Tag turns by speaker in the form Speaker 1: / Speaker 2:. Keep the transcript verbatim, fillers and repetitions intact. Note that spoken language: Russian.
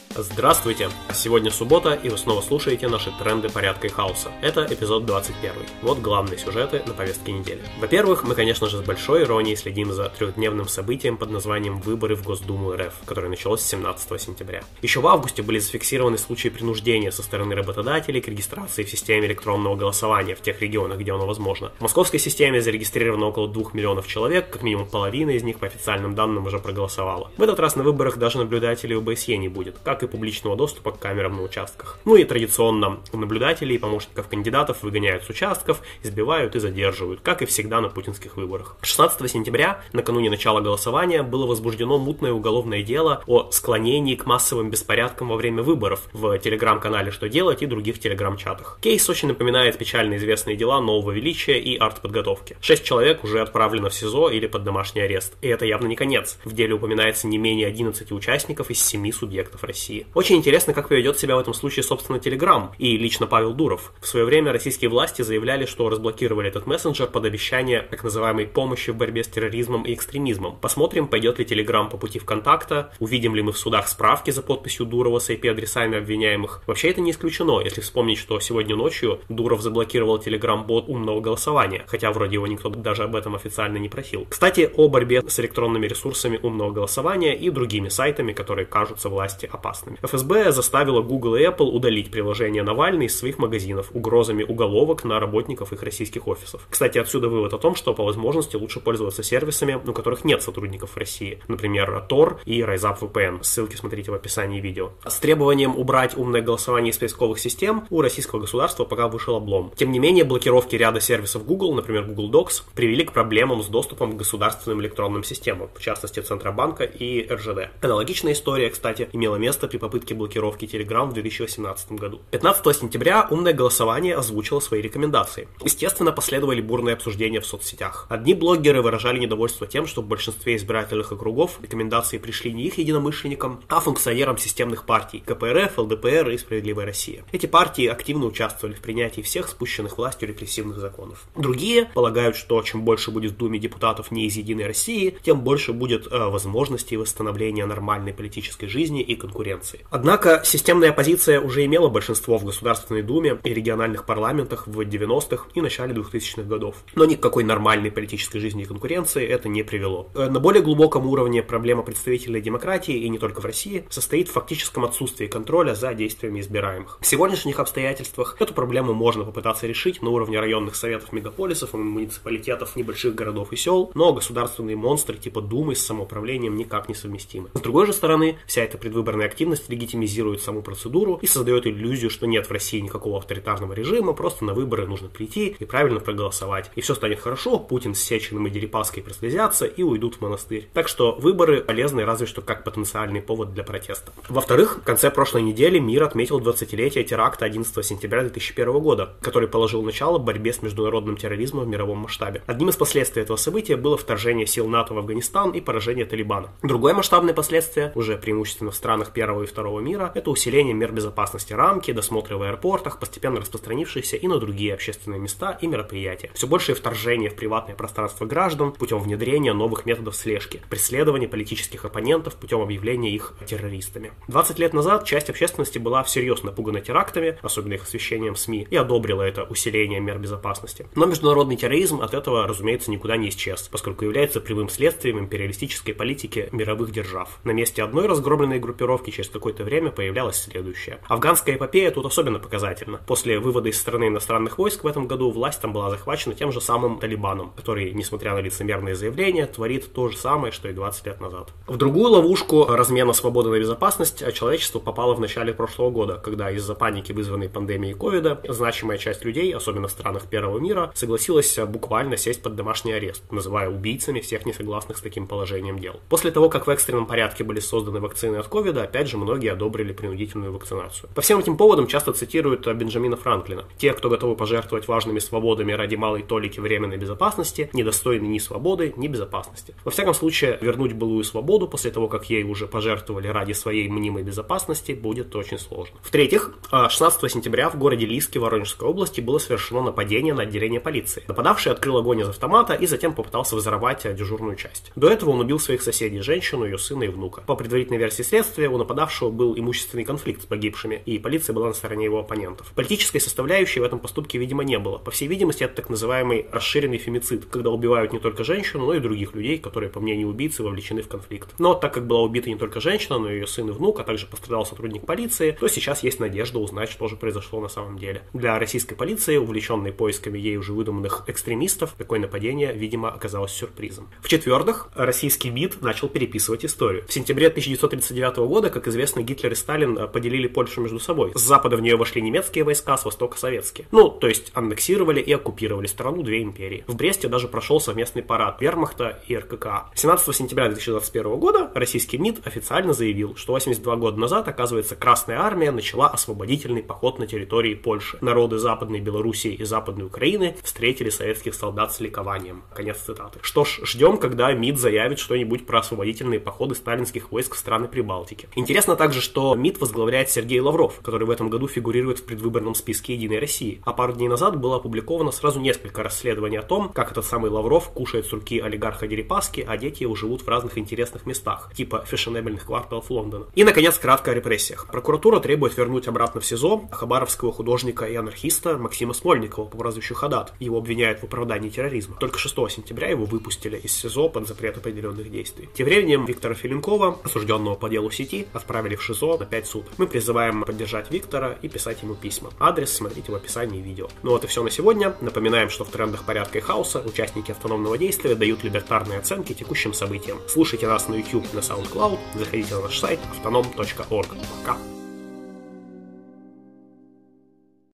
Speaker 1: Здравствуйте! Сегодня суббота, и вы снова слушаете наши тренды порядка и хаоса. Это эпизод двадцать первый. Вот главные сюжеты на повестке недели. Во-первых, мы, конечно же, с большой иронией следим за трехдневным событием под названием «Выборы в Госдуму РФ», которое началось семнадцатого сентября. Еще в августе были зафиксированы случаи принуждения со стороны работодателей к регистрации в системе электронного голосования в тех регионах, где оно возможно. В московской системе зарегистрировано около двух миллионов человек, как минимум половина из них, по официальным данным, уже проголосовала. В этот раз на выборах даже наблюдателей ОБСЕ не будет, как и публичного доступа к камерам на участках. Ну и традиционно наблюдателей и помощников кандидатов выгоняют с участков, избивают и задерживают, как и всегда на путинских выборах. шестнадцатого сентября, накануне начала голосования, было возбуждено мутное уголовное дело о склонении к массовым беспорядкам во время выборов в телеграм-канале «Что делать» и других телеграм-чатах. Кейс очень напоминает печально известные дела Нового Величия и артподготовки. Шесть человек уже отправлено в СИЗО или под домашний арест. И это явно не конец. В деле упоминается не менее одиннадцати участников из семи субъектов России. Очень интересно, как поведет себя в этом случае, собственно, Telegram и лично Павел Дуров. В свое время российские власти заявляли, что разблокировали этот мессенджер под обещание так называемой помощи в борьбе с терроризмом и экстремизмом. Посмотрим, пойдет ли Telegram по пути ВКонтакта, увидим ли мы в судах справки за подписью Дурова с ай пи-адресами обвиняемых. Вообще это не исключено, если вспомнить, что сегодня ночью Дуров заблокировал Telegram-бот умного голосования, хотя вроде его никто даже об этом официально не просил. Кстати, о борьбе с электронными ресурсами умного голосования и другими сайтами, которые кажутся власти опасными. эф эс бэ заставила Google и Apple удалить приложение Навальный из своих магазинов угрозами уголовок на работников их российских офисов. Кстати, отсюда вывод о том, что по возможности лучше пользоваться сервисами, у которых нет сотрудников в России. Например, Тор и RiseUp-ви пи эн. Ссылки смотрите в описании видео. С требованием убрать умное голосование из поисковых систем у российского государства пока вышел облом. Тем не менее, блокировки ряда сервисов Google, например, Google Docs, привели к проблемам с доступом к государственным электронным системам, в частности Центробанка и эр жэ дэ. Аналогичная история, кстати, имела место при попытке блокировки Telegram в две тысячи восемнадцатом году. пятнадцатого сентября умное голосование озвучило свои рекомендации. Естественно, последовали бурные обсуждения в соцсетях. Одни блогеры выражали недовольство тем, что в большинстве избирательных округов рекомендации пришли не их единомышленникам, а функционерам системных партий ка пэ эр эф, эл дэ пэ эр и Справедливая Россия. Эти партии активно участвовали в принятии всех спущенных властью репрессивных законов. Другие полагают, что чем больше будет в Думе депутатов не из Единой России, тем больше будет э, возможностей восстановления нормальной политической жизни и конкуренции. Однако системная оппозиция уже имела большинство в Государственной Думе и региональных парламентах в девяностых и начале двухтысячных годов. Но ни к какой нормальной политической жизни и конкуренции это не привело. На более глубоком уровне проблема представительной демократии, и не только в России, состоит в фактическом отсутствии контроля за действиями избираемых. В сегодняшних обстоятельствах эту проблему можно попытаться решить на уровне районных советов мегаполисов и муниципалитетов небольших городов и сел, но государственные монстры типа Думы с самоуправлением никак не совместимы. С другой же стороны, вся эта предвыборная активность легитимизирует саму процедуру и создает иллюзию, что нет в России никакого авторитарного режима, просто на выборы нужно прийти и правильно проголосовать. И все станет хорошо, Путин с Сечиным и Дерипаской прослезятся и уйдут в монастырь. Так что выборы полезны разве что как потенциальный повод для протеста. Во-вторых, в конце прошлой недели мир отметил двадцатилетие теракта одиннадцатого сентября две тысячи первого года, который положил начало борьбе с международным терроризмом в мировом масштабе. Одним из последствий этого события было вторжение сил НАТО в Афганистан и поражение Талибана. Другое масштабное последствие, уже преимущественно в странах первого и второго мира, это усиление мер безопасности, рамки, досмотры в аэропортах, постепенно распространившиеся и на другие общественные места и мероприятия. Все большее вторжение в приватное пространство граждан путем внедрения новых методов слежки, преследования политических оппонентов путем объявления их террористами. двадцать лет назад часть общественности была всерьез напугана терактами, особенно их освещением в СМИ, и одобрила это усиление мер безопасности. Но международный терроризм от этого, разумеется, никуда не исчез, поскольку является прямым следствием империалистической политики мировых держав. На месте одной разгромленной группировки через какое-то время появлялась следующая. Афганская эпопея тут особенно показательна. После вывода из страны иностранных войск в этом году власть там была захвачена тем же самым Талибаном, который, несмотря на лицемерные заявления, творит то же самое, что и двадцать лет назад. В другую ловушку размена свободы на безопасность человечество попало в начале прошлого года, когда из-за паники, вызванной пандемией ковида, значимая часть людей, особенно в странах первого мира, согласилась буквально сесть под домашний арест, называя убийцами всех несогласных с таким положением дел. После того, как в экстренном порядке были созданы вакцины от ковида, опять же многие одобрили принудительную вакцинацию. По всем этим поводам часто цитируют Бенджамина Франклина. Те, кто готовы пожертвовать важными свободами ради малой толики временной безопасности, недостойны ни свободы, ни безопасности. Во всяком случае, вернуть былую свободу после того, как ей уже пожертвовали ради своей мнимой безопасности, будет очень сложно. В-третьих, шестнадцатого сентября в городе Лиске Воронежской области было совершено нападение на отделение полиции. Нападавший открыл огонь из автомата и затем попытался взорвать дежурную часть. До этого он убил своих соседей, женщину, ее сына и внука. По предварительной версии следствия, у нападавшего нападавшего был имущественный конфликт с погибшими, и полиция была на стороне его оппонентов. Политической составляющей в этом поступке, видимо, не было. По всей видимости, это так называемый расширенный фемицид, когда убивают не только женщину, но и других людей, которые, по мнению убийцы, вовлечены в конфликт. Но так как была убита не только женщина, но и ее сын и внук, а также пострадал сотрудник полиции, то сейчас есть надежда узнать, что же произошло на самом деле. Для российской полиции, увлеченной поисками ей уже выдуманных экстремистов, такое нападение, видимо, оказалось сюрпризом. В-четвертых, российский МИД начал переписывать историю. В сентябре тысяча девятьсот тридцать девятого года, как известно, Гитлер и Сталин поделили Польшу между собой. С запада в нее вошли немецкие войска, с востока советские. Ну, то есть аннексировали и оккупировали страну две империи. В Бресте даже прошел совместный парад Вермахта и эр ка ка а. семнадцатого сентября две тысячи двадцать первого года российский МИД официально заявил, что восемьдесят два года назад, оказывается, Красная Армия начала освободительный поход на территории Польши. Народы Западной Белоруссии и Западной Украины встретили советских солдат с ликованием. Конец цитаты. Что ж, ждем, когда МИД заявит что-нибудь про освободительные походы сталинских войск в страны Прибалтики. Интересно также, что МИД возглавляет Сергей Лавров, который в этом году фигурирует в предвыборном списке «Единой России». А пару дней назад было опубликовано сразу несколько расследований о том, как этот самый Лавров кушает с руки олигарха Дерипаски, а дети его живут в разных интересных местах, типа фешенебельных кварталов Лондона. И, наконец, кратко о репрессиях. Прокуратура требует вернуть обратно в СИЗО хабаровского художника и анархиста Максима Смольникова по прозвищу Хадат. Его обвиняют в оправдании терроризма. Только шестого сентября его выпустили из СИЗО под запрет определенных действий. Тем временем Виктора Филенкова, осужденного по делу сети, отправили в ШИЗО на пять суток. Мы призываем поддержать Виктора и писать ему письма. Адрес смотрите в описании видео. Ну вот и все на сегодня. Напоминаем, что в трендах порядка и хаоса участники автономного действия дают либертарные оценки текущим событиям. Слушайте нас на YouTube, на SoundCloud, заходите на наш сайт автоном точка орг. Пока!